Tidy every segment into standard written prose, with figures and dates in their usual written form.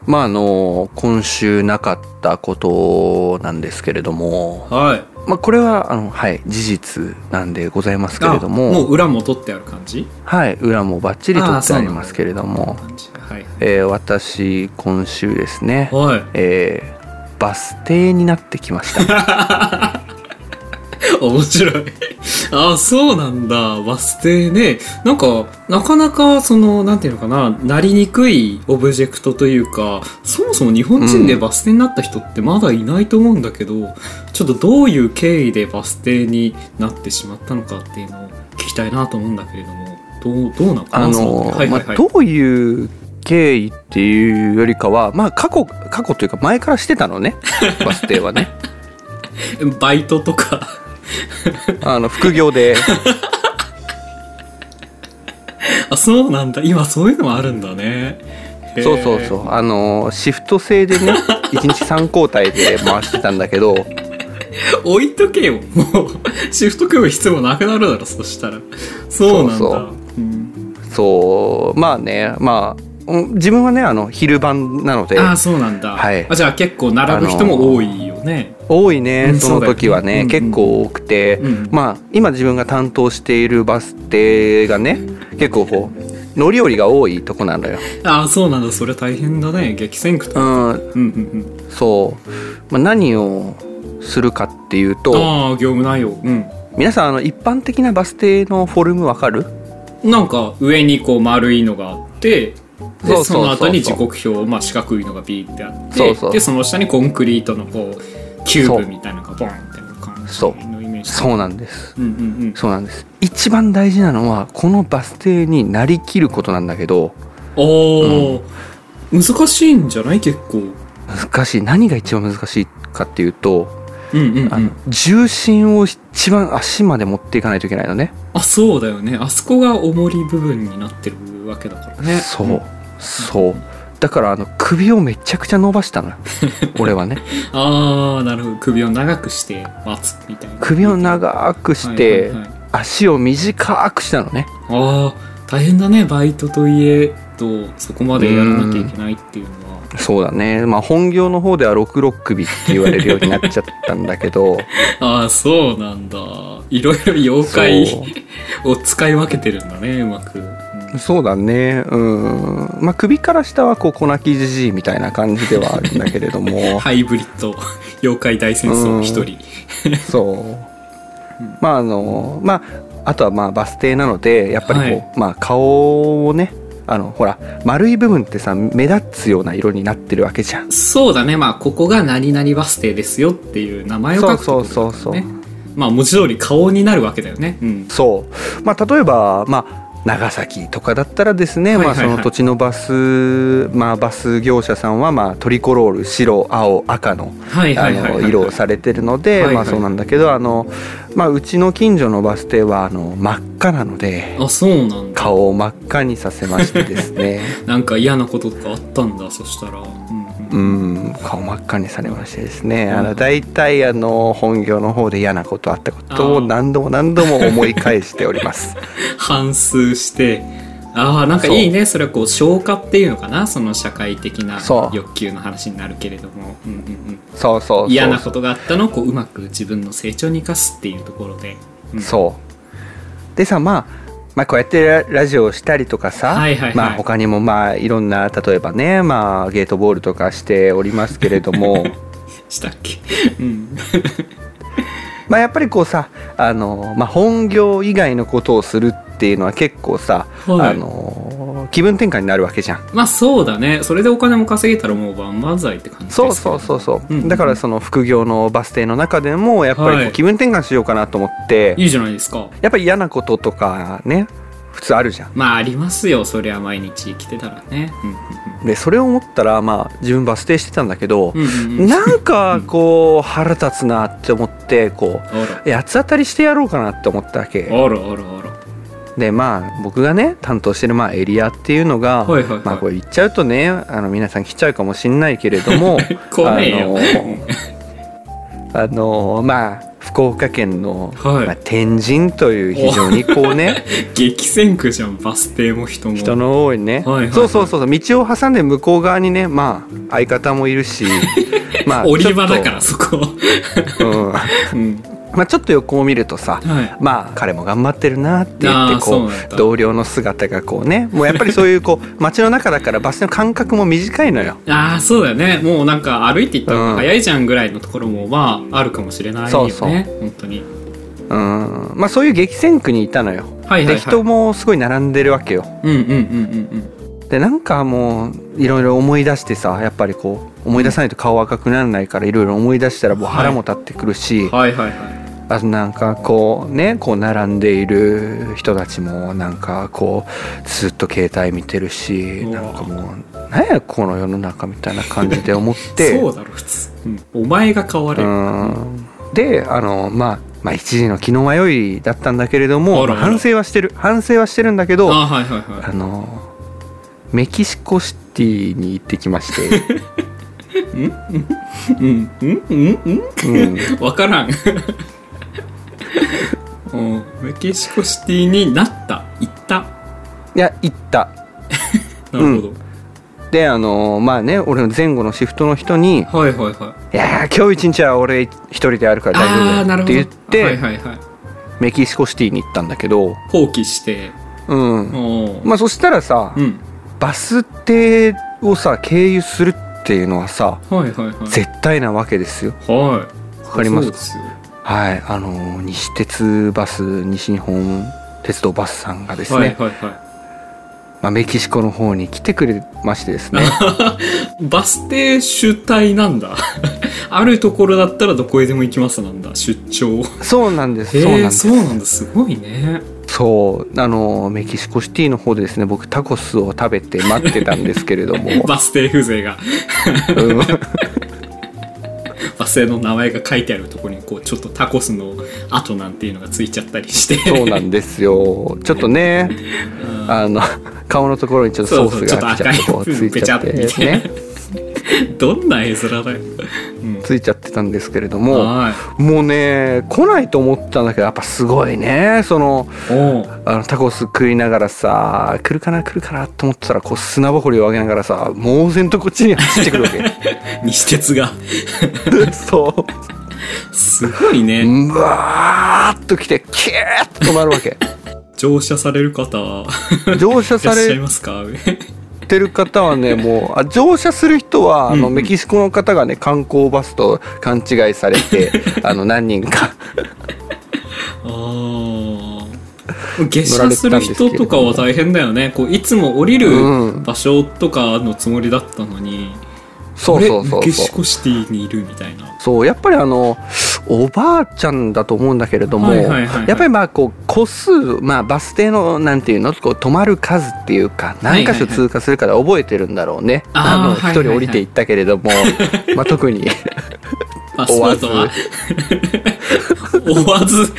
まあ今週なかったことなんですけれども、 はい。 まあこれははい、事実なんでございますけれども、 もう裏も取ってある感じ？ はい、裏もバッチリ取ってありますけれども、 はい、 私今週ですね、 はい、 バス停になってきました面白いあ、そうなんだ。バス停ね。なんかなかなかなんていうのかな、なりにくいオブジェクトというか、そもそも日本人でバス停になった人ってまだいないと思うんだけど、ちょっとどういう経緯でバス停になってしまったのかっていうのを聞きたいなと思うんだけれども、どうなのかな。 まあ、どういう経緯っていうよりかは、まあ過去というか前からしてたのねバス停はねバイトとか副業であ、そうなんだ。今そういうのもあるんだね。 そうシフト制でね1日3交代で回してたんだけど置いとけよ、もうシフト組む必要もなくなるだろ。そしたらそうなんだ。 そうまあね、まあ自分はね昼晩なので。 ああ、そうなんだ。 はい。 じゃあ結構並ぶ人も多いよね。 多いね、その時はね、結構多くて、まあ今自分が担当しているバス停がね、結構こう乗り降りが多いとこなのよ。 ああ、そうなんだ。それ大変だね、激戦区とか。 そう、まあ、何をするかっていうと、 ああ、業務内容。 皆さん一般的なバス停のフォルムわかる？ なんか上にこう丸いのがあって、でその後に時刻表、まあ、四角いのがビーってあって、でその下にコンクリートのこうキューブみたいなのがボンっていう感じのイメージ。 そうなんです、そうなんです。一番大事なのはこのバス停になりきることなんだけど、 難しいんじゃない？結構難しい。何が一番難しいかっていうと、重心を一番足まで持っていかないといけないのね。 あ、そうだよね。あそこが重り部分になってるわけだからね。 そうだから首をめちゃくちゃ伸ばしたの俺はね。 ああ、なるほど。首を長くして待つみたいな。 首を長くして、足を短くしたのね。 ああ、大変だね。バイトといえどそこまでやらなきゃいけないっていうのは。 そうだね。まあ本業の方では六首って言われるようになっちゃったんだけどああ、そうなんだ。いろいろ妖怪を使い分けてるんだね、うまく。 そうだね。まあ首から下はこう粉木じじいみたいな感じではあるんだけれどもハイブリッド妖怪大戦争一人そうまあまああとはまあバス停なのでやっぱりこう、まあ顔をね、ほら丸い部分ってさ目立つような色になってるわけじゃん。 そうだね。まあここが何々バス停ですよっていう名前を書くところだからね。まあ文字通り顔になるわけだよね。 そうまあ例えばまあ長崎とかだったらですね、まあその土地のバス業者さんはまあトリコロール白青赤の色をされてるので、まあそうなんだけどまあうちの近所のバス停は真っ赤なので、 あ、そうなんだ。 顔を真っ赤にさせましてですねなんか嫌なこととかあったんだ。そしたら顔真っ赤にされましてですね、大体本業の方で嫌なことあったことを何度も思い返しております反芻して、なんかいいね。それはこう消化っていうのかな、その社会的な欲求の話になるけれども、嫌なことがあったのをこううまく自分の成長に生かすっていうところで、 そうでさ、まあこうやってラジオをしたりとかさ、まあ他にもまあいろんな、例えばね、まあゲートボールとかしておりますけれどもしたっけまあやっぱりこうさ、まあ本業以外のことをするっていうのは結構さ、気分転換になるわけじゃん。 まあそうだね。それでお金も稼げたらもう万々歳って感じですけど。 そうだからその副業のバス停の中でもやっぱりこう気分転換しようかなと思って、 いいじゃないですか。 やっぱり嫌なこととかね普通あるじゃん。 まあありますよ。そりゃ毎日生きてたらね。 でそれを思ったら、まあ自分バス停してたんだけど、なんかこう腹立つなって思って、こう八つ当たりしてやろうかなって思ったわけ。でまあ僕がね担当してるまあエリアっていうのが、まあこれ言っちゃうとね皆さん来ちゃうかもしんないけれどもまあ福岡県の、 はい天神という非常にこうね激戦区じゃん、バス停も人も。 人の多いね、 はいはいはい、 そうそうそう、道を挟んで向こう側にね、まあ相方もいるしまあ降り場だからそこうんまあ、ちょっと横を見るとさ、 はい、 まあ彼も頑張ってるなって言ってこう同僚の姿がこうね、もうやっぱりそういうこう街の中だからバスの間隔も短いのよ。 ああそうだよね、もうなんか歩いていった方が早いじゃんぐらいのところもまああるかもしれないよね。そうそう本当にまあそういう激戦区にいたのよ、はいはいはい、で人もすごい並んでるわけよ。でなんかもういろいろ思い出してさ、やっぱりこう思い出さないと顔赤くならないから、いろいろ思い出したらもう腹も立ってくるし、はいはいはいはい、あとなんかこうね、こう並んでいる人たちもなんかこうずっと携帯見てるし、なんかもう何やこの世の中みたいな感じで思ってそうだろ普通、お前が変われる。 でまあ一時の気の迷いだったんだけれども、反省はしてるんだけど、はいはいはい、メキシコシティに行ってきましてわからんメキシコシティに行ったいや行ったなるほど、 でまあね、俺の前後のシフトの人に「はいはいはい、いや今日一日は俺一人であるから大丈夫だよ」って言って、はいはいはい、メキシコシティに行ったんだけど、 放棄して、 まあそしたらさ、バス停をさ経由するっていうのはさ、はいはいはい、絶対なわけですよ。はい、わかりますか？はい、西鉄バス、西日本鉄道バスさんがですね、はいはいはい、まあ、メキシコの方に来てくれましてですねバス停主体なんだあるところだったらどこへでも行きますなんだ、出張。 そうなんです。 そうなんだ、すごいね。 そうメキシコシティの方でですね、僕タコスを食べて待ってたんですけれどもバス停風情がバス停の名前が書いてあるところにこうちょっとタコスの跡なんていうのがついちゃったりしてそうなんですよ、ちょっとね顔のところにちょっとソースがちょっとこうついちゃってねどんな絵面だよ、 ついちゃってたんですけれども、もうね来ないと思ったんだけど、やっぱすごいね、タコス食いながらさ、来るかなと思ってたら、こう砂ぼこりを上げながらさ、猛然とこっちに走ってくるわけ西鉄がそうすごいね、 うわーっと来てキューッと止まるわけ乗車される方乗車されいらっしゃいますかてる方はね、もう乗車する人はメキシコの方がね、観光バスと勘違いされて何人か下車する人とかは大変だよね。こういつも降りる場所とかのつもりだったのに、そうメキシコシティにいるみたいな。 そうやっぱりおばあちゃんだと思うんだけれども、やっぱりまあこう個数、まあ、バス停のなんていうの、こう止まる数っていうか何箇所通過するから覚えてるんだろうね。一人降りていったけれども、まあ、特に追わず追わず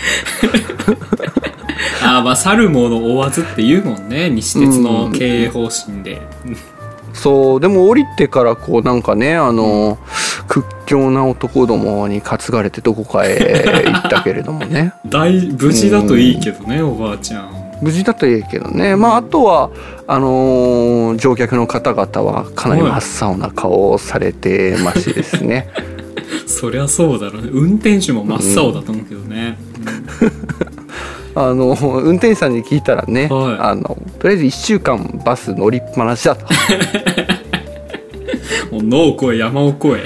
まあ去るもの追わずって言うもんね、西鉄の経営方針で。 そうでも降りてからこうなんかね、屈強な男どもに担がれてどこかへ行ったけれどもね無事だといいけどね、おばあちゃん無事だといいけどね。まああとは乗客の方々はかなり真っ青な顔をされてましてですねそりゃそうだろうね、運転手も真っ青だと思うけどね、 運転手さんに聞いたらね、とりあえず1週間バス乗りっぱなしだともう野を越え山を越え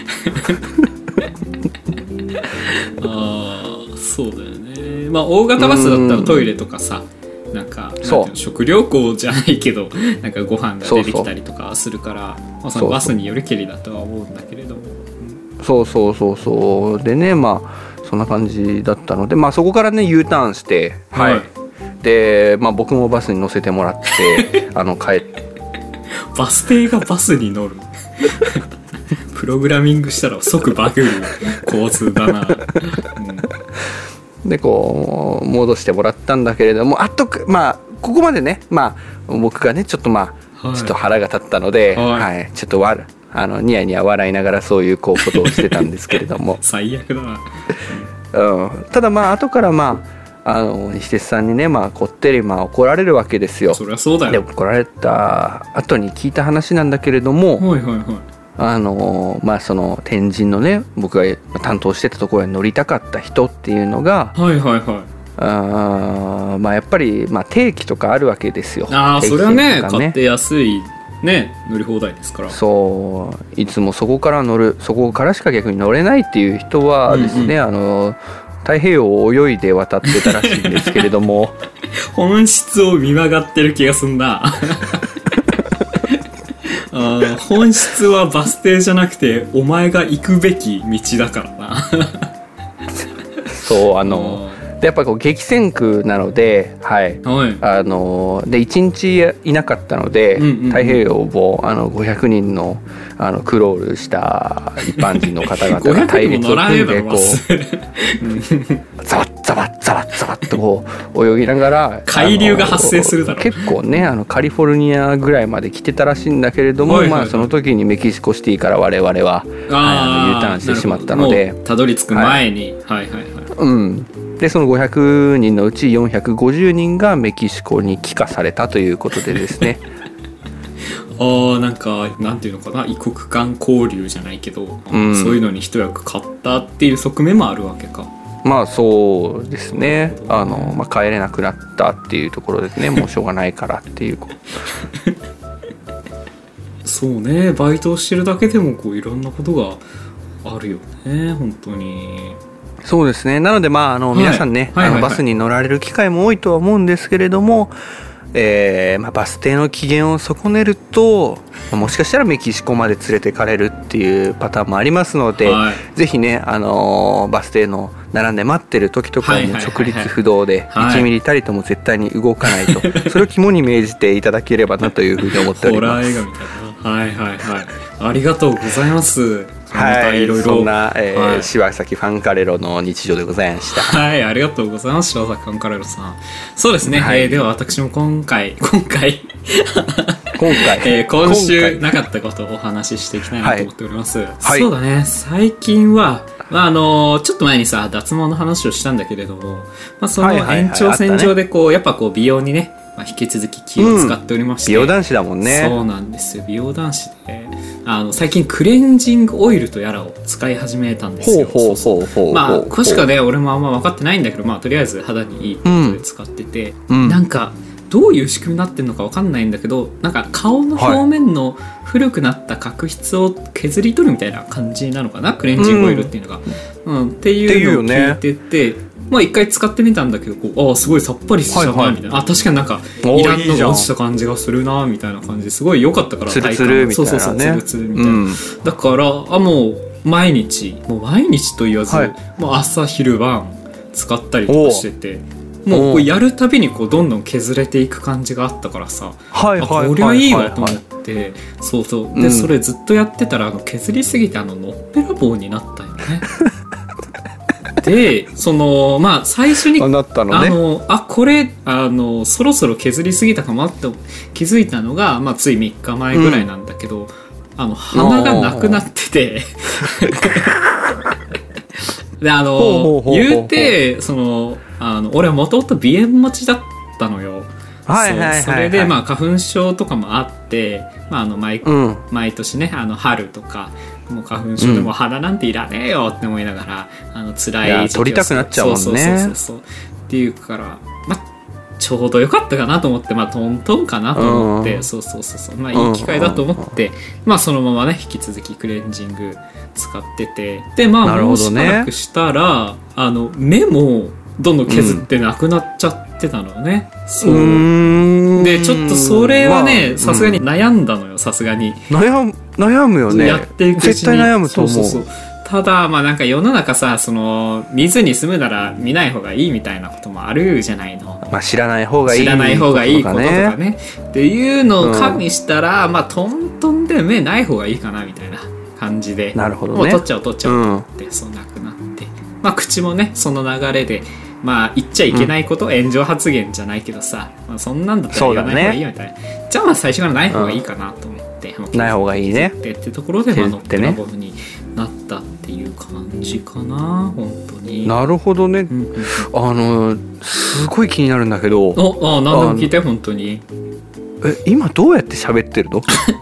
そうだよね。まあ大型バスだったらトイレとかさ、なんか食料庫じゃないけどなんかご飯が出てきたりとかするから、まあ、そのバスによりけりだとは思うんだけれども、 そうでね、まあそんな感じだったので、まあそこからね U ターンして、で、まあ、僕もバスに乗せてもらって帰ってバス停がバスに乗るプログラミングしたら即バグる構図だな、 でこう戻してもらったんだけれども、まあここまでね、まあ僕がねちょっとまあ、ちょっと腹が立ったので、ちょっとニヤニヤ笑いながらそういうことをしてたんですけれども最悪だなただまあ後から西鉄さんにね、こってり怒られるわけですよ。 そりゃそうだよ。 で怒られた後に聞いた話なんだけれども、 はいはいはい、 その天神のね、僕が担当してたところに乗りたかった人っていうのが、 はいはいはい、 やっぱり定期とかあるわけですよ。 それはね、買って安いね、乗り放題ですから。 そういつもそこからしか逆に乗れないっていう人はですね、太平洋を泳いで渡ってたらしいんですけれども本質を見曲がってる気がすんな本質はバス停じゃなくてお前が行くべき道だからなそうでやっぱり激戦区なので、はい、で1日いなかったので、太平洋を500人のクロールした一般人の方々が隊列を組んでこうザワッザワッザワッザワッとこう泳ぎながら海流が発生するだろう。 結構ねカリフォルニアぐらいまで来てたらしいんだけれども、その時にメキシコシティから我々は、U ターンしてしまったのでたどり着く前に、 でその500人のうち450人がメキシコに帰化されたということでですねなんていうのかな、異国間交流じゃないけど、そういうのに一役買ったっていう側面もあるわけか。 そうですね、帰れなくなったっていうところですねもうしょうがないからっていうそうね、バイトをしてるだけでもいろんなことがあるよね、本当に。 そうですね。なので皆さんね、バスに乗られる機会も多いとは思うんですけれども、バス停の機嫌を損ねるともしかしたらメキシコまで連れてかれるっていうパターンもありますので、ぜひね、バス停の並んで待ってる時とかも直立不動で1ミリたりとも絶対に動かないと、それを肝に銘じていただければなというふうに思っております。ホラー映画みたいな。ありがとうございます。いろいろそんな、柴崎ファンカレロの日常でございました。 ありがとうございます、柴崎ファンカレロさん。そうですね、では私も今週なかったことをお話ししていきたいなと思っております。そうだね、最近はちょっと前にさ脱毛の話をしたんだけれども、その延長線上でやっぱ美容にね、引き続き気を使っておりまして、 美容男子だもんね。 そうなんですよ、美容男子で最近クレンジングオイルとやらを使い始めたんですよ。詳しくはね俺もあんま分かってないんだけど、とりあえず肌にいいってことで使ってて、どういう仕組みになってるのか分かんないんだけど、顔の表面の古くなった角質を削り取るみたいな感じなのかな、クレンジングオイルっていうのが、っていうのを聞いてて、一回使ってみたんだけど、すごいさっぱりしちゃうなみたいな、確かにいらんのが落ちた感じがするなみたいな感じですごい良かったから、 ツルツルみたいなね、 ツルツルみたいな、だからもう毎日と言わず、もう朝昼晩使ったりとかしてて、もうやるたびにどんどん削れていく感じがあったからさ、これはいいわと思って、でそれずっとやってたら削りすぎてのっぺらぼうになったよねで最初にこれそろそろ削りすぎたかもって気づいたのが、つい3日前ぐらいなんだけど、鼻がなくなっててで言うて俺はもともと鼻炎持ちだったのよ。それで花粉症とかもあって、毎年ね春とかもう花粉症でも鼻なんていらねえよって思いながら、辛い時期を取りたくなっちゃうもんね。 っていうからちょうどよかったかなと思って、トントンかなと思って、いい機会だと思って、そのままね引き続きクレンジング使ってて、でもうしばらくしたら目もどんどん削ってなくなっちゃってたのよね。でちょっとそれはねさすがに悩んだのよ。さすがに悩むよね。 やっていくうちに絶対悩むと思う。 ただ世の中さ、見ずに済むなら見ない方がいいみたいなこともあるじゃないの。 知らない方がいいこととかねっていうのを加味したら、トントンで目ない方がいいかなみたいな感じで、 なるほどね、 もう取っちゃおうと思って、なくなって、口もねその流れで言っちゃいけないこと、炎上発言じゃないけどさ、そんなんだったら言わない方がいいよみたいな、じゃあ最初からない方がいいかなと思って、 ない方がいいねってところでのっぺらぼうになったってっていう感じかな本当に。 なるほどね、すごい気になるんだけど、 何でも聞いて本当に。 今どうやって喋ってるの？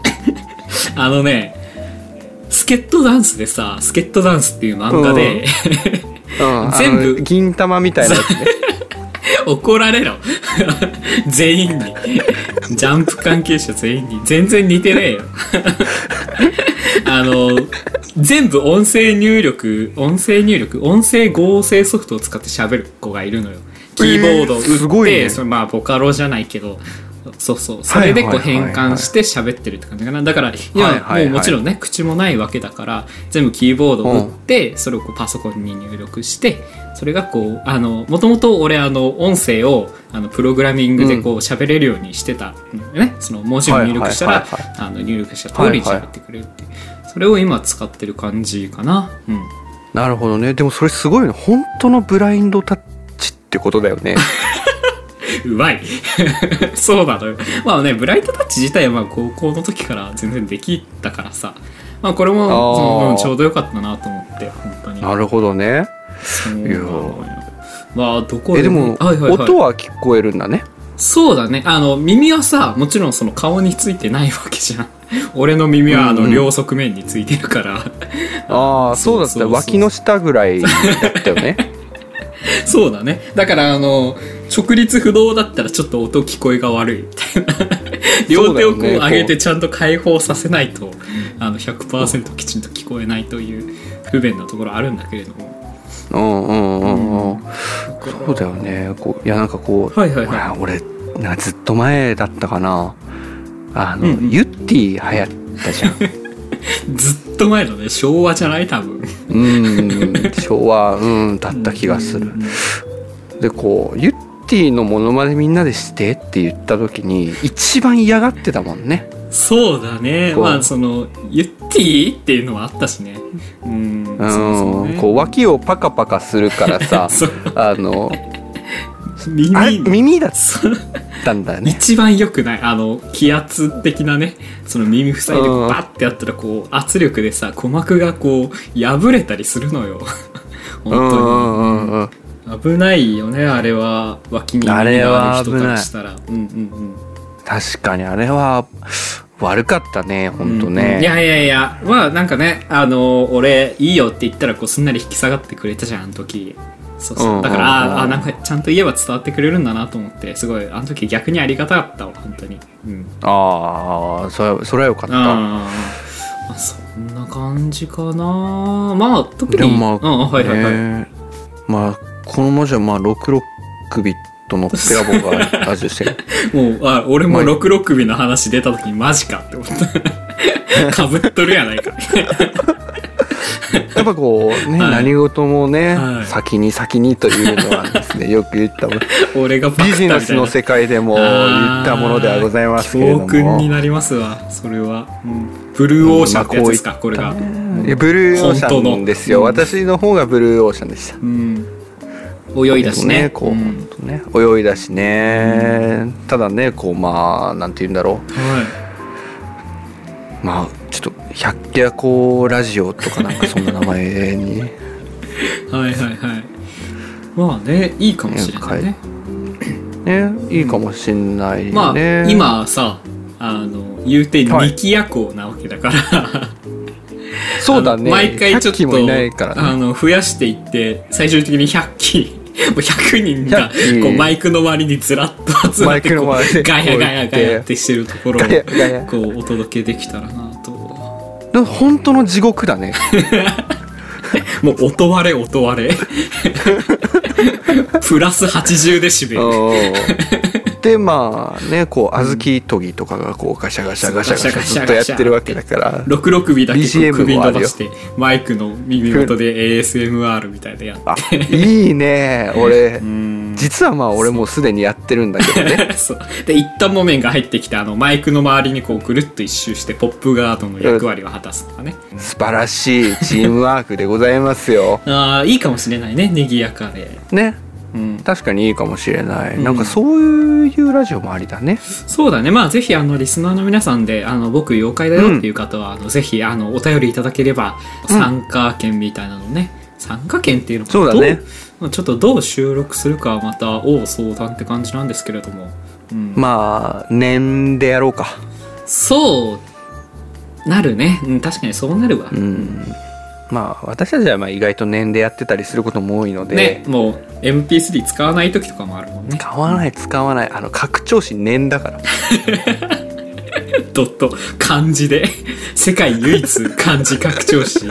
スケットダンスでさ、スケットダンスっていう漫画で、全部銀玉みたいなやつね。 怒られろ全員にジャンプ関係者全員に全然似てねえよ全部音声合成ソフトを使って喋る子がいるのよ。キーボードを打って、ね、それボカロじゃないけど、そうそれでこう変換して喋ってるって感じかな。だから今もうもちろんね口もないわけだから全部キーボードを打ってそれをこうパソコンに入力して、それがこうもともと俺音声をプログラミングでこう喋れるようにしてたね。その文字を入力したら入力した通りに喋ってくれるっていう、それを今使ってる感じかな。 なるほどね。でもそれすごいね。本当のブラインドタッチってことだよね。 うまいそうなのよ。ブラインドタッチ自体は高校の時から全然できたからさ、これもちょうどよかったなと思って本当に。 なるほどね。 そうなのよ。どこででも、音は聞こえるんだね。 そうだね。耳はさもちろんその顔についてないわけじゃん。俺の耳は両側面についてるからそうだった。脇の下ぐらいだったよね。 そうだね。だから直立不動だったらちょっと音聞こえが悪いみたいな両手をこう上げてちゃんと開放させないと100% きちんと聞こえないという不便なところあるんだけれども。 そうだよね。いやなんかこう、俺ずっと前だったかな、ユッティ流行ったじゃんずっと前のね、昭和じゃない多分昭和だった気がする。でこうユッティのモノマネみんなでしてって言った時に一番嫌がってたもんね。 そうだね。そのユッティっていうのはあったしね。 こう脇をパカパカするからさ耳だったんだね。 一番良くない気圧的なね、その耳塞いでバッてやったらこう圧力でさ鼓膜がこう破れたりするのよ本当に。危ないよねあれは。脇に耳がある人からしたら。 確かにあれは悪かったね本当ね。 いやなんかね俺いいよって言ったらこうすんなり引き下がってくれたじゃんあの時。そうだからなんかちゃんと言えば伝わってくれるんだなと思って、すごいあの時逆にありがたかったわ本当に。 それはよかった。 そんな感じかな。特にでもこの文字は66ビットのペラボが味してるもう俺も66ビの話出た時にマジかって思ったかぶっとるやないかやっぱこうね、何事もね、先にというのはですねよく言った俺がビジネスの世界でも言ったものではございますけれども、 教訓になりますわそれは。ブルーオーシャンってやつですか、これが。 ブルーオーシャンですよ。私の方がブルーオーシャンでした。 泳いだしね。 泳いだしね。ただねこうなんて言うんだろう。ちょっと百鬼夜行ラジオとかなんかそんな名前にいいかもしれないね。 いいかもしれないね。 今さ言うて二鬼夜行なわけだからそうだね。 毎回ちょっともいないからね、 増やしていって最終的に100機もう100人がこうマイクの周りにずらっと集まってこうガヤガヤガヤってしてるところをこうお届けできたらなと。 本当の地獄だねもう音割れプラス80デシベルでこう小豆研ぎとかがこうガシャガシャガシャガシャずっとやってるわけだから 66尾だけ首伸ばしてマイクの耳元で ASMR みたいなやっていいね。俺実は俺もうすでにやってるんだけどねそうで一旦木綿が入ってきてマイクの周りにこうぐるっと一周してポップガードの役割を果たすとかね。 素晴らしいチームワークでございますよいいかもしれないね。賑やかでね。 確かにいいかもしれない、なんかそういうラジオもありだね。 そうだね。まあぜひリスナーの皆さんで僕妖怪だよっていう方は、ぜひお便りいただければ参加券みたいなのね、参加券っていうのかそうだね、 ちょっとどう収録するかはまた相談って感じなんですけれども、 まあ年でやろうか。 そうなるね、確かにそうなるわ。 まあ私たちはまあ意外と年でやってたりすることも多いのでね、もう MP3 使わない時とかもあるもんね。 使わない拡張子年だからドット漢字で世界唯一漢字拡張子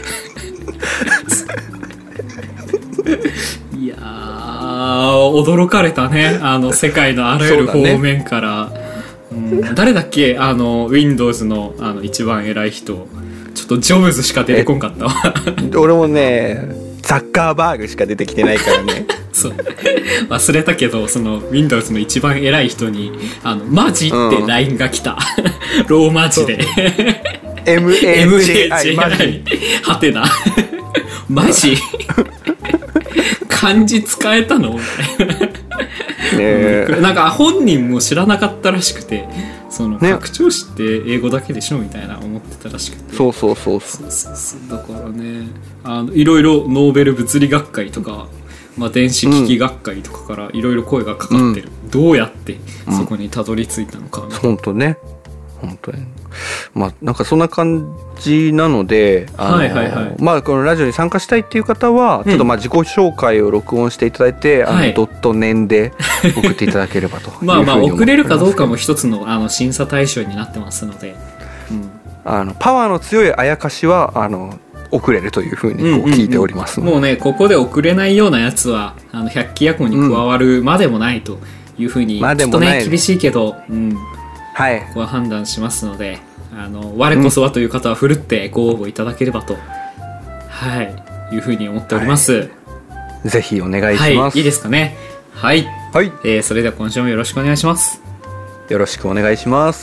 いやー驚かれたね、世界のあらゆる方面から、誰だっけWindows の一番偉い人、ちょっとジョブズしか出てこんかったわ俺もねザッカーバーグしか出てきてないからねそう忘れたけど、その Windows の一番偉い人にマジって LINE が来た、ローマ字で MAJI マジはてなマジ漢字使えたのみたいなね、なんか本人も知らなかったらしくて、その拡張子って英語だけでしょみたいな思ってたらしくて、 そうだからね、いろいろノーベル物理学会とか、電子機器学会とかからいろいろ声がかかってる、どうやってそこにたどり着いたのか、 本当ね、本当にまあなんかそんな感じなので、まあこのラジオに参加したいっていう方は、ちょっとまあ自己紹介を録音していただいて、ドット年で送っていただければとまあ送れるかどうかも一つの審査対象になってますので、 パワーの強いあやかしは送れるというふうにこう聞いておりますので、 もうねここで送れないようなやつは百鬼夜行に加わるまでもないというふうに、ちょっとね厳しいけど、ここは判断しますので、我こそはという方はふるってご応募いただければと、いうふうに思っております、 ぜひお願いします。 いいですかね。それでは今週もよろしくお願いします。 よろしくお願いします。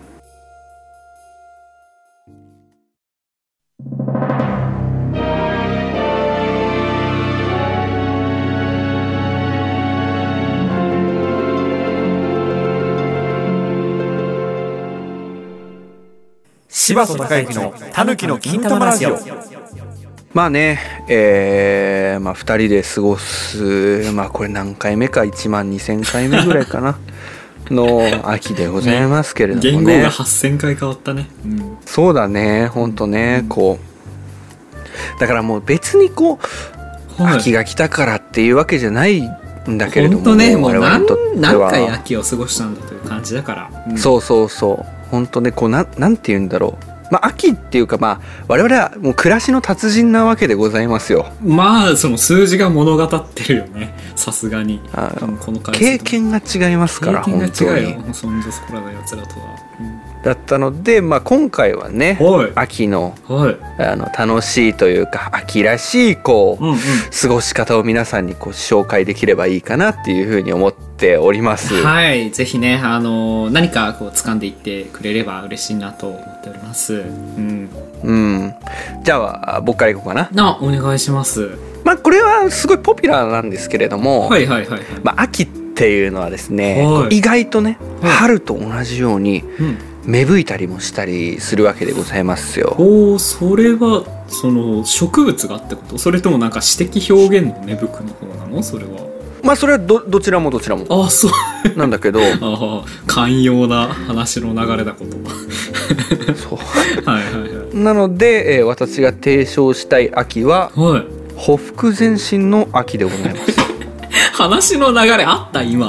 柴田孝之のたぬきの金玉ラジオ。 まあね、まあ2人で過ごす、まあこれ何回目か、1万2000回目ぐらいかなの秋でございますけれどもね。 言語が8000回変わったね、 そうだね、ほんとね、こうだからもう別にこう、秋が来たからっていうわけじゃないんだけれども、 ほんとね、もう何回秋を過ごしたんだという感じだから、 そう本当ね、こうなんて言うんだろう、まあ秋っていうか、まあ我々はもう暮らしの達人なわけでございますよ。 まあその数字が物語ってるよね、さすがに。 この経験が違いますから、 経験が違うよ、そんじょそこらのやつらとは。 だったので、まあ今回はね、秋の楽しいというか秋らしいこう過ごし方を皆さんにこう紹介できればいいかなっていうふうに思っております。 ぜひね、何かこう掴んでいってくれれば嬉しいなと思っております。 じゃあ僕からいこうかな。 お願いします。 まあこれはすごいポピュラーなんですけれども、まあ秋っていうのはですね、意外とね、春と同じように芽吹いたりもしたりするわけでございますよ。 それはその植物がってこと？それともなんか詩的表現の芽吹くの方なの？それは。 まあそれはどちらもそうなんだけど寛容な話の流れだことそうなので、私が提唱したい秋は、ほふく前進の秋でございます話の流れあった今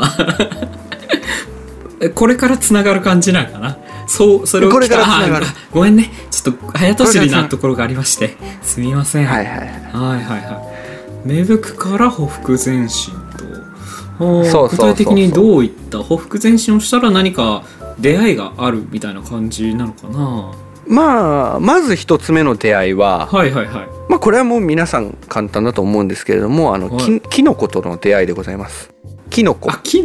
これからつながる感じなんかな。それをこれからつながる。 ごめんね、ちょっと早とちりなところがありましてすみません。芽吹くからほふく前進と、具体的にどういったほふく前進をしたら何か出会いがあるみたいな感じなのかな。 まず一つ目の出会いは、まあこれはもう皆さん簡単だと思うんですけれども、キノコとの出会いでございます。キノコ。キ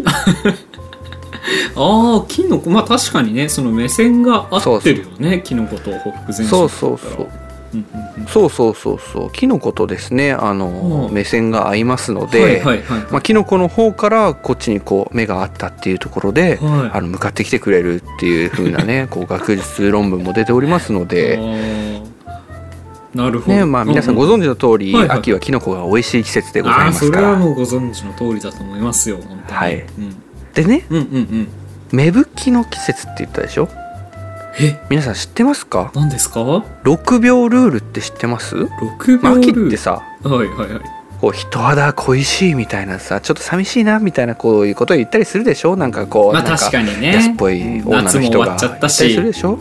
ノコ、まあ確かにね、その目線が合ってるよね、キノコとほふく前進。 そうそうそうそう、キノコとですね目線が合いますので、キノコの方からこっちにこう目があったっていうところで、向かってきてくれるっていう風なねこう学術論文も出ておりますのでなるほど、 ね、まあ皆さんご存知の通り、秋はキノコが美味しい季節でございますから。 それはもうご存知の通りだと思いますよ、本当に。 はい、でね、芽吹きの季節って言ったでしょ。皆さん知ってますか？ 何ですか ？6秒ルールって知ってます？ 6秒ルール、 秋ってさ、こう人肌恋しいみたいなさ、ちょっと寂しいなみたいなこういうことを言ったりするでしょ。なんかこう、 確かにね、 安っぽい女の人がいたりするでしょ。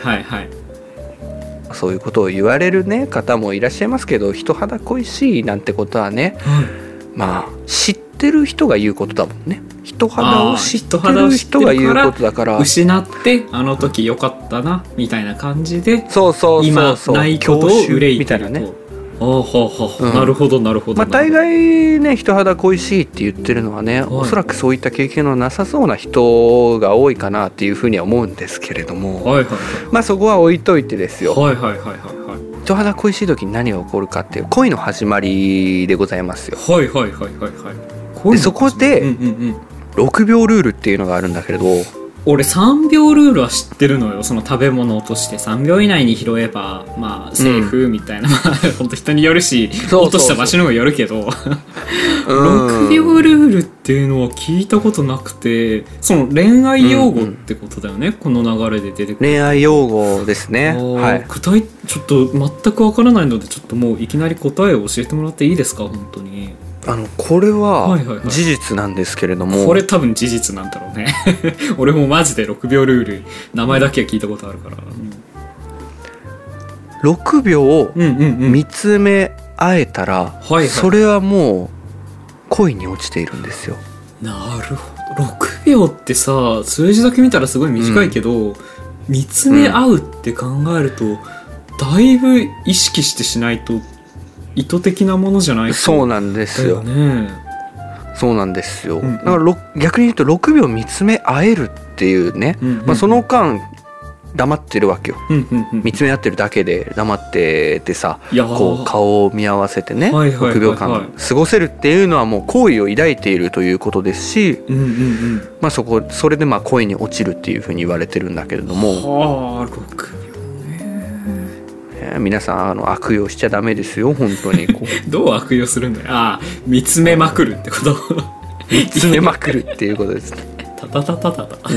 そういうことを言われるね方もいらっしゃいますけど、人肌恋しいなんてことはね、まあ知ってる人が言うことだもんね。人肌を知ってる人が言うことだから、 失ってあの時良かったなみたいな感じで、 今ないことを憂いてると。なるほどなるほど。 大概ね人肌恋しいって言ってるのはね、おそらくそういった経験のなさそうな人が多いかなっていうふうには思うんですけれども、まあそこは置いといてですよ。人肌恋しい時に何が起こるかっていう恋の始まりでございますよ。でそこで6秒ルールっていうのがあるんだけれど、 俺3秒ルールは知ってるのよ。その食べ物として3秒以内に拾えばまあセーフみたいな、本当人によるし落とした場所にもよるけど6秒ルールっていうのは聞いたことなくて、その恋愛用語ってことだよね、この流れで出てくる恋愛用語ですね。 具体ちょっと全くわからないので、ちょっともういきなり答えを教えてもらっていいですか？本当にこれは事実なんですけれども、 これ多分事実なんだろうね俺もマジで6秒ルール名前だけは聞いたことあるから、 6秒を見つめ合えたら、それはもう恋に落ちているんですよ。 なるほど。6秒ってさ、数字だけ見たらすごい短いけど、見つめ合うって考えると、だいぶ意識してしないと意図的なものじゃないと。 そうなんですよ、そうなんですよ、だから逆に言うと6秒見つめ合えるっていうね、その間黙ってるわけよ、見つめ合ってるだけで黙っててさ、こう顔を見合わせてね、6秒間過ごせるっていうのはもう好意を抱いているということですし、それでまあ恋に落ちるっていうふうに言われてるんだけれども、 6 皆さん悪用しちゃダメですよ本当に。 どう悪用するんだよ。見つめまくるってこと見つめまくるっていうことですね。 タタタタタタ、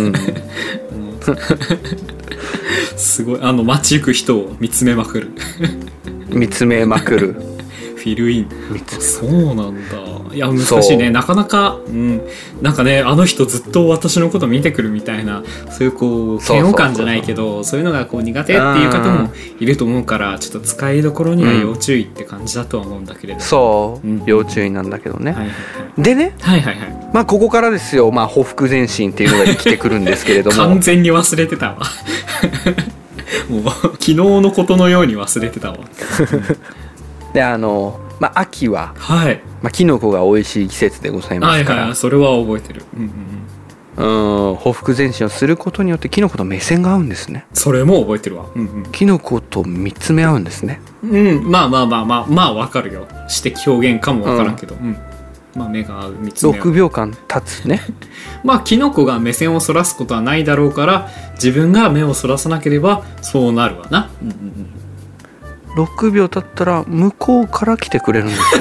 すごい街行く人を見つめまくる見つめまくるフィルイン。そうなんだ。いや難しいね、なかなか、なんかね、あの人ずっと私のこと見てくるみたいな、そういうこう嫌悪感じゃないけど、そういうのがこう苦手っていう方もいると思うから、ちょっと使いどころには要注意って感じだとは思うんだけれど、 要注意なんだけどね、でね、まあここからですよ、まあほふく前進っていうのが生きてくるんですけれども完全に忘れてたわもう昨日のことのように忘れてたわで秋は、キノコが美味しい季節でございますから、 それは覚えてる。 ほふく前進をすることによってキノコと目線が合うんですね。 それも覚えてるわ。 キノコと見つめ合うんですね。 まあわかるよ。詩的表現かもわからんけど、まあ目が合う、見つめ合う。 6秒間経つねまあキノコが目線をそらすことはないだろうから、自分が目をそらさなければそうなるわな。 6秒経ったら向こうから来てくれるんです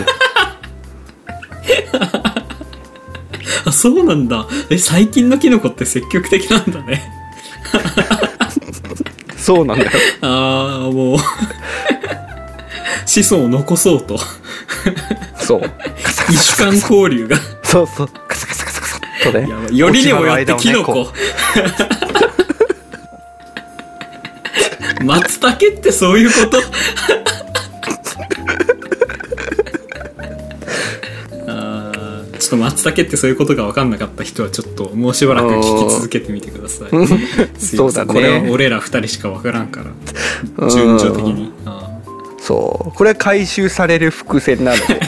よあ、そうなんだ。最近のキノコって積極的なんだねそうなんだよもう子孫を残そうとそう異種間交流がそうカサカサとね、 よりにもよってキノコ松茸ってそういうことちょっと松茸ってそういうことが分かんなかった人はちょっともうしばらく聞き続けてみてくださいそうだね、 これは俺ら2人しか分からんから順序的にそう、これは回収される伏線なので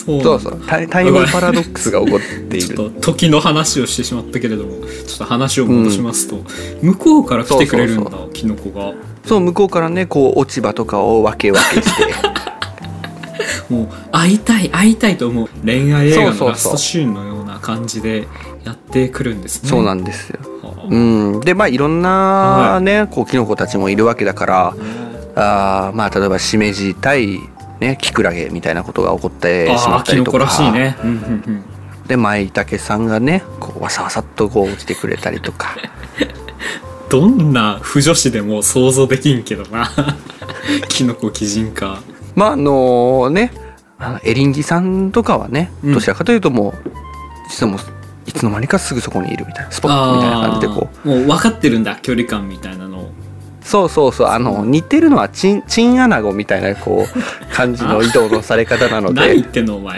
そうそうタイムパラドックスが起こっている。 ちょっと時の話をしてしまったけれども、ちょっと話を戻しますと、向こうから来てくれるんだ、キノコが。 そう向こうからねこう落ち葉とかを分けしてもう会いたいと思う恋愛映画のラストシーンのような感じでやってくるんですね。 そうなんですよ。でまあいろんなね、こうキノコたちもいるわけだから、まあ例えばシメジ対ねキクラゲみたいなことが起こってしまったりとか、 キノコらしいね。 で舞茸さんがねこうわさわさっとこう来てくれたりとかどんな腐女子でも想像できんけどなキノコ鬼人か。 まあねエリンギさんとかはね、どちらかというともう実はもういつの間にかすぐそこにいるみたいなスポットみたいな感じでこうもう分かってるんだ距離感みたいなのを。 そう似てるのはチンアナゴみたいなこう感じの移動のされ方なので何言ってんのお前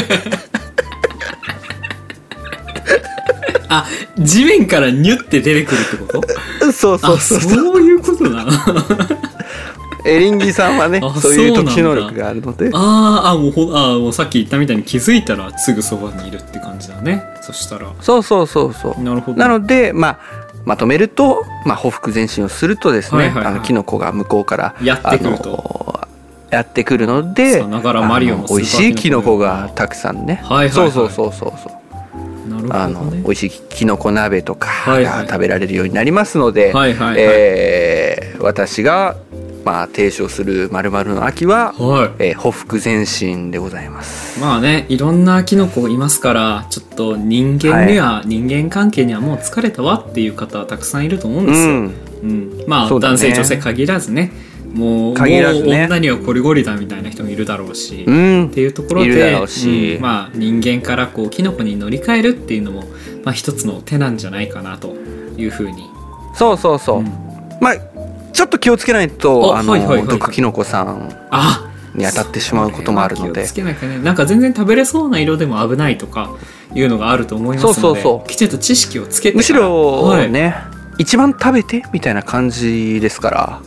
あ、地面からニュって出てくるってこと？そういうことなのエリンギさんはねそういう特殊能力があるのでもうさっき言ったみたいに気づいたらすぐそばにいるって感じだね。そしたらそうなるほど。 なのでまとめると、匍匐前進をするとですね、キノコが向こうからやってくるのでさながらマリオも美味しいキノコがたくさんね、そうなるほどね、 美味しいキノコ鍋とかが食べられるようになりますので、私が提唱する〇〇の秋は、匍匐前進でございます。 まあね、いろんなキノコいますからちょっと人間関係にはもう疲れたわっていう方はたくさんいると思うんですよ。男性女性限らずね、もう女にはこりごりだみたいな人もいるだろうし、っていうところで人間からこうキノコに乗り換えるっていうのも、一つの手なんじゃないかなというふうに。 そうちょっと気をつけないと毒キノコさんに当たってしまうこともあるので、 気をつけなきゃね。なんか全然食べれそうな色でも危ないとかいうのがあると思いますので、きちんと知識をつけてから、むしろね、一番食べてみたいな感じですから、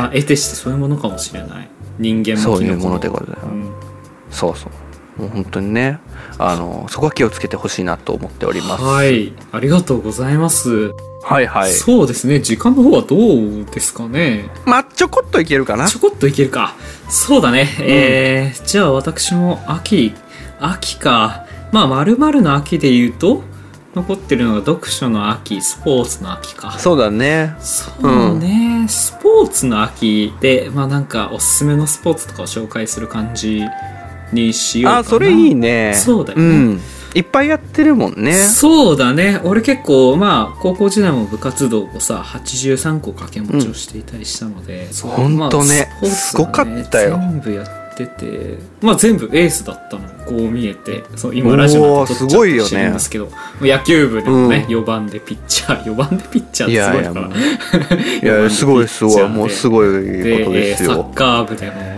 得てしてそういうものかもしれない。人間もそういうものでございます。もう本当にねそこは気をつけてほしいなと思っております。 ありがとうございます。そうですね。時間の方はどうですかね。 ちょこっといけるかな。 ちょこっといけるか。そうだね。じゃあ私も秋か。〇〇の秋で言うと残ってるのが読書の秋、スポーツの秋か。 そうだね。 そうね。スポーツの秋でなんかおすすめのスポーツとかを紹介する感じにしようかな。 それいいね。 そうだよね。 いっぱいやってるもんね。 そうだね。俺結構高校時代も部活動をさ83個掛け持ちをしていたりしたので、 ほんとね、すごかったよ。 全部やってて、全部エースだったのこう見えて、今ラジオで撮っちゃって知るんですけど、野球部でもね、4番でピッチャーってすごいからいやすごいもうすごいことですよ。 サッカー部でも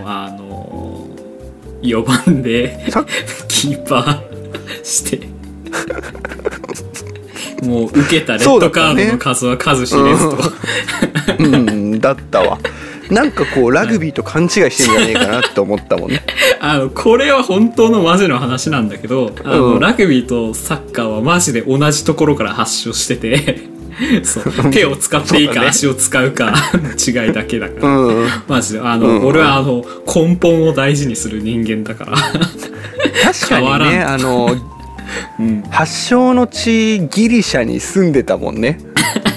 4番でキーパーしてもう受けたレッドカードの数は数知れずと、 だったわ。なんかこうラグビーと勘違いしてんじゃねえかなって思ったもんね。 これは本当のマジの話なんだけど、ラグビーとサッカーはマジで同じところから発祥してて手を使っていいか、足を使うかの違いだけだから、マジで俺は根本を大事にする人間だから確かにね、発祥の地ギリシャに住んでたもんね。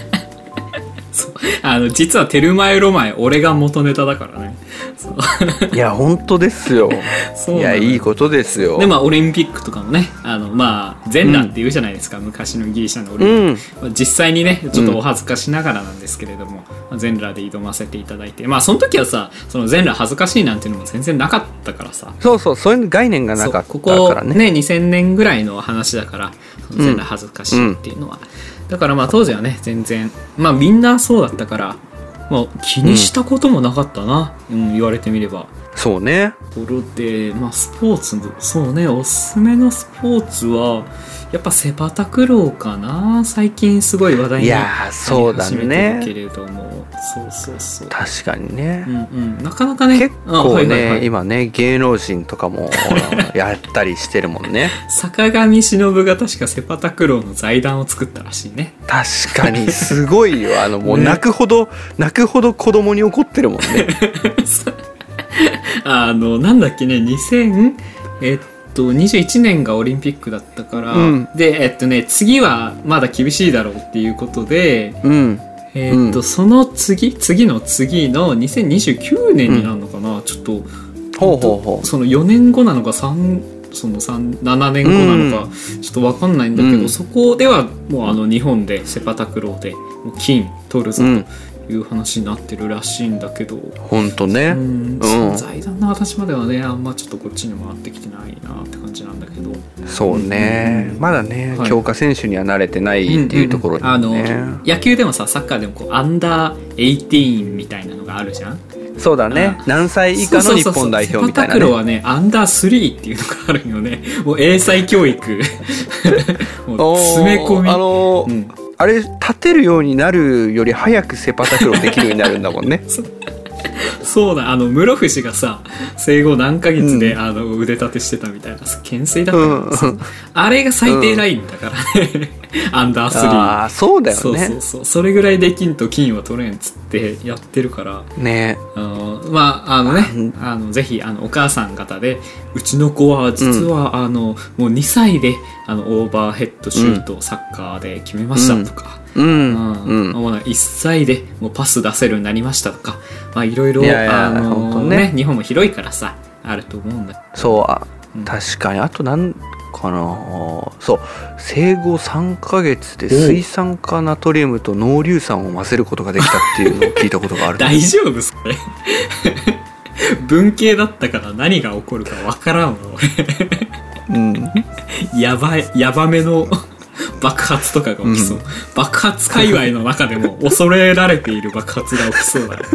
実はテルマエロマエ俺が元ネタだからね。 いや本当ですよ。いやいいことですよ。 でオリンピックとかもね全裸って言うじゃないですか、昔のギリシャのオリンピック、実際にねちょっとお恥ずかしながらなんですけれども、全裸で挑ませていただいて、その時はさ全裸恥ずかしいなんていうのも全然なかったからさ、 そういう概念がなかったからね。 ここね2000年ぐらいの話だから、全裸恥ずかしいっていうのは、だから当時はね全然みんなそうだったから、 まあ気にしたこともなかったな、言われてみれば。 そうね。 ところで、まあスポーツ、そうね、おすすめのスポーツはやっぱセパタクローかな。最近すごい話題になり始めてるけれども、そう確かにね、 なかなかね、 結構ね、今ね芸能人とかもやったりしてるもんね。 坂上忍が確かセパタクローの財団を作ったらしいね。 確かにすごいよ。もう泣くほど子供に怒ってるもんね。 なんだっけね、21年がオリンピックだったから、で次はまだ厳しいだろうっていうことで、その次の2029年になるのかな、ちょっとその4年後なのか7年後なのかちょっと分かんないんだけど、そこではもう日本でセパタクローで金取るぞという話になってるらしいんだけど、 本当ね、 財団の私まではねあんまちょっとこっちに回ってきてないなって感じなんだけど、 そうね、まだね、強化選手には慣れてないっていうところにね、 野球でもさ、サッカーでもこうアンダー18みたいなのがあるじゃん。 そうだね、何歳以下の日本代表みたいなね。セパタクローはね、アンダー3っていうのがあるよね。もう英才教育もう詰め込み、 あれ立てるようになるより早くセパタクローできるようになるんだもんね。 そうだ、室伏がさ生後何ヶ月で、腕立てしてたみたいな懸垂だったからさ、あれが最低ラインだからね、アンダー3。 ああそうだよね。 それぐらいできんと金は取れんっつってやってるからね。 まあぜひお母さん方で、うちの子は実は、もう2歳でオーバーヘッドシュートをサッカーで決めましたとか、1歳でもうパス出せるようになりましたとか、まあいろいろ日本も広いからさあると思うんだ。 そう確かに。あとなんかな、そう生後3ヶ月で水酸化ナトリウムと濃硫酸を混ぜることができたっていうのを聞いたことがある。 大丈夫それ文系だったから何が起こるかわからんわ俺。やばめの爆発とかが起きそう、爆発界隈の中でも恐れられている爆発が起きそうだね。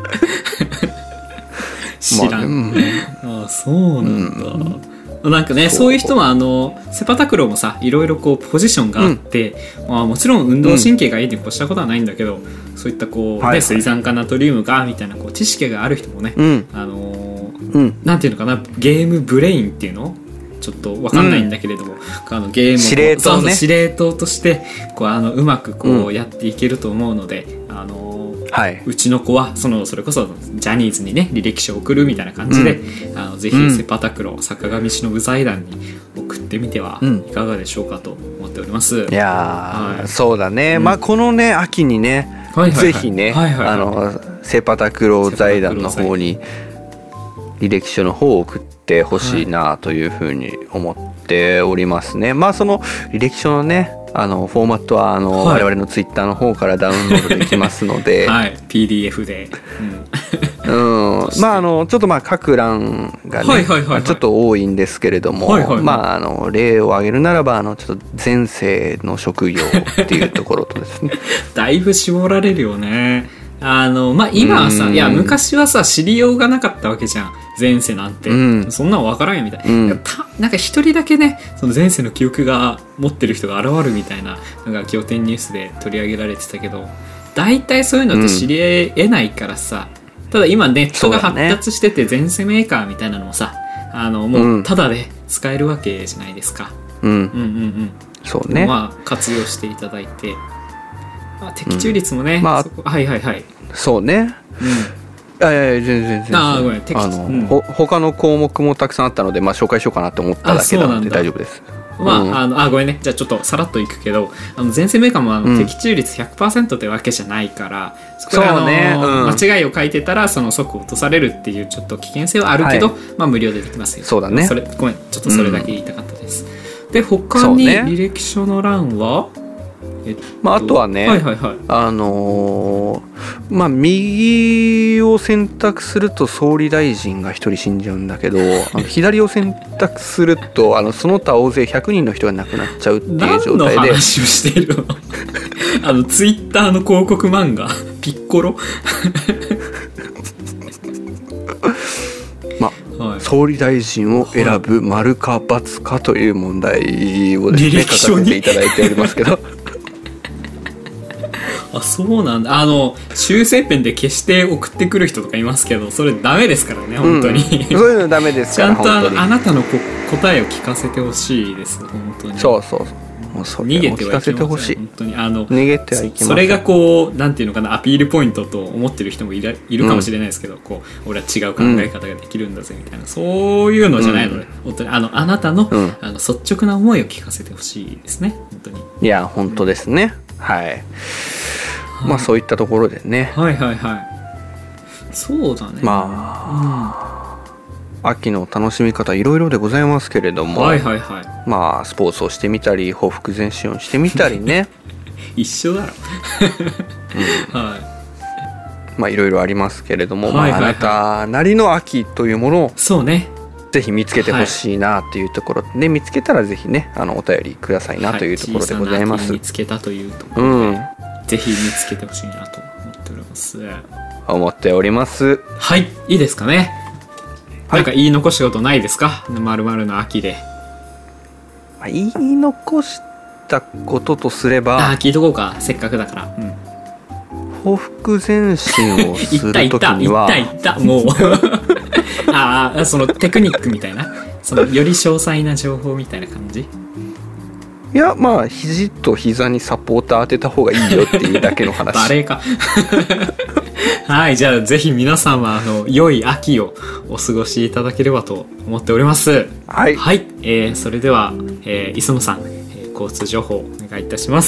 知らん、そうなんだ、なんかね、そういう人はセパタクローもさ、いろいろこうポジションがあって、もちろん運動神経がいいに越したことはないんだけど、そういったこう、水酸化ナトリウムがみたいなこう知識がある人もね、なんていうのかな、ゲームブレインっていうのちょっと分かんないんだけれども、ゲームを司令塔ね、 司令塔としてこううまくこうやっていけると思うので、うちの子はそれこそジャニーズにね履歴書を送るみたいな感じで、ぜひセパタクロー坂上忍財団に送ってみてはいかがでしょうかと思っております。 いやそうだね、まあこのね秋にね、ぜひねセパタクロー財団の方に履歴書の方を送ってほしいなというふうに思っておりますね。まあその履歴書のねフォーマットは我々のツイッターの方からダウンロードできますので、 PDF で、 まあちょっとまあ各欄がねちょっと多いんですけれども、まあ例を挙げるならばちょっと前世の職業っていうところとですねだいぶ絞られるよね。まあ今はさ、いや昔はさ知りようがなかったわけじゃん、前世なんて、そんなの分からんよみたいな、なんか一人だけねその前世の記憶が持ってる人が現るみたいなのが仰天ニュースで取り上げられてたけど、大体そういうのって知り得ないからさ、ただ今ネットが発達してて前世メーカーみたいなのもさもうタダで使えるわけじゃないですか。 そうね、 まあ活用していただいて、的中率もね、 そうね、全然他の項目もたくさんあったので、まあ、紹介しようかなと思っただけなので大丈夫です。 ごめんね、じゃあちょっとさらっといくけど、前世メーカーも的中率 100% ってわけじゃないから、そこで間違いを書いてたら即落とされるっていうちょっと危険性はあるけど、まあ無料でできますよ。 そうだね、 ごめん、ちょっとそれだけ言いたかったです。で他に履歴書の欄はあとはね、まあ右を選択すると総理大臣が1人死んじゃうんだけど左を選択するとその他大勢100人の人が亡くなっちゃうっていう状態で。 何の話をしているのツイッターの広告漫画ピッコロ総理大臣を選ぶ丸か×かという問題をですね、書かせていただいておりますけどあ、そうなんだ。修正ペンで消して送ってくる人とかいますけど、それダメですからね、本当に、そういうのダメですから。 ちゃんとあなたの答えを聞かせてほしいです、本当に。 そうもうそれを聞かせてほしい。 本当に逃げてはいけません。 それがこうなんていうのかな、アピールポイントと思ってる人もいるかもしれないですけど、こう俺は違う考え方ができるんだぜみたいな、そういうのじゃないので、本当にあなたの、率直な思いを聞かせてほしいですね、本当に。 いや本当ですね。はい。まあそういったところでね。 はいはいはい。そうだね。 秋の楽しみ方いろいろでございますけれども、 はいはいはい。 まあスポーツをしてみたり、ほふ前進をしてみたりね。 一緒だろ。はい。 まあいろいろありますけれども、あなたなりの秋というものを、 そうね。 ぜひ見つけてほしいなっていうところで、見つけたらぜひね、お便りくださいなというところでございます。 見つけたというところで、ぜひ見つけてほしいなと思っております。はい、いいですかね。なんか言い残したことないですか、〇〇の秋で。 言い残したこととすれば、 聞いとこうか、せっかくだから。 報復前進をするときには言ったもうそのテクニックみたいな、そのより詳細な情報みたいな感じ。 いや、まあ肘と膝にサポーター当てた方がいいよっていうだけの話。 バレーかはい、じゃあぜひ皆さんは良い秋をお過ごしいただければと思っております。 はい、 はい。それでは、磯野さん、交通情報お願いいたします。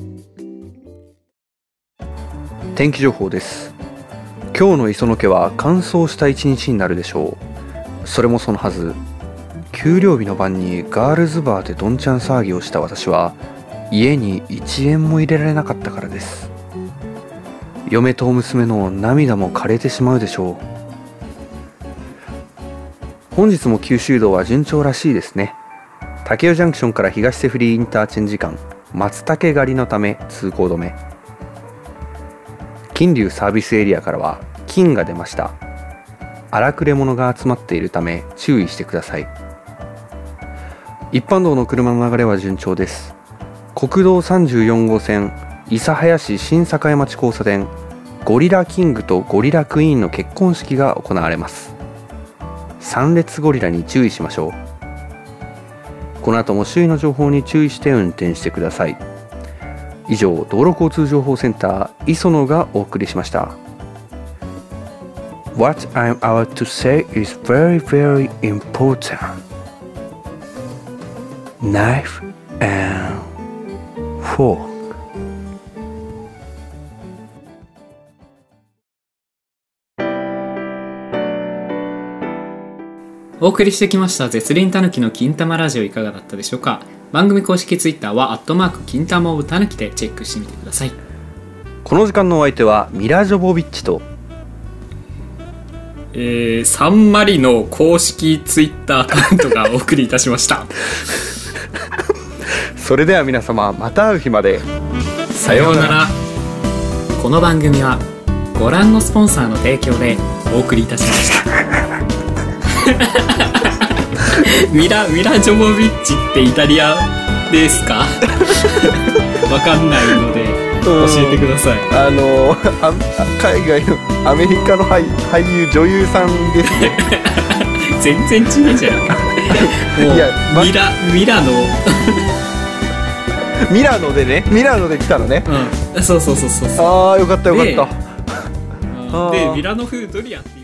天気情報です。今日の磯野家は乾燥した一日になるでしょう。それもそのはず、給料日の晩にガールズバーでどんちゃん騒ぎをした私は家に1円も入れられなかったからです。嫁と娘の涙も枯れてしまうでしょう。本日も九州道は順調らしいですね。武雄ジャンクションから東瀬フリーインターチェンジ間松竹狩りのため通行止め。金龍サービスエリアからは金が出ました。荒くれ者が集まっているため注意してください。一般道の車の流れは順調です。国道34号線諫早市新栄町交差点、ゴリラキングとゴリラクイーンの結婚式が行われます。3列ゴリラに注意しましょう。この後も周囲の情報に注意して運転してください。以上、道路交通情報センター磯野がお送りしました。 What I'm about to say is very very important. Knife and fork。 お送りしてきました絶倫たぬきの金玉ラジオ、いかがだったでしょうか。番組公式ツイッターは金玉オブたぬきでチェックしてみてください。 この時間のお相手はミラ・ジョボビッチとサンマリの公式ツイッターアカウントがお送りいたしましたそれでは皆様、また会う日まで。 さようなら。この番組はご覧のスポンサーの提供でお送りいたしましたミラ・ジョボビッチってイタリアですかわかんないので教えてください。 海外のアメリカの俳優女優さんですね全然違うじゃんもういや、ミラノミラノでね、ミラノで来たのね。 そう。 ああ、よかったよかった。 でミラノ風ドリアっていう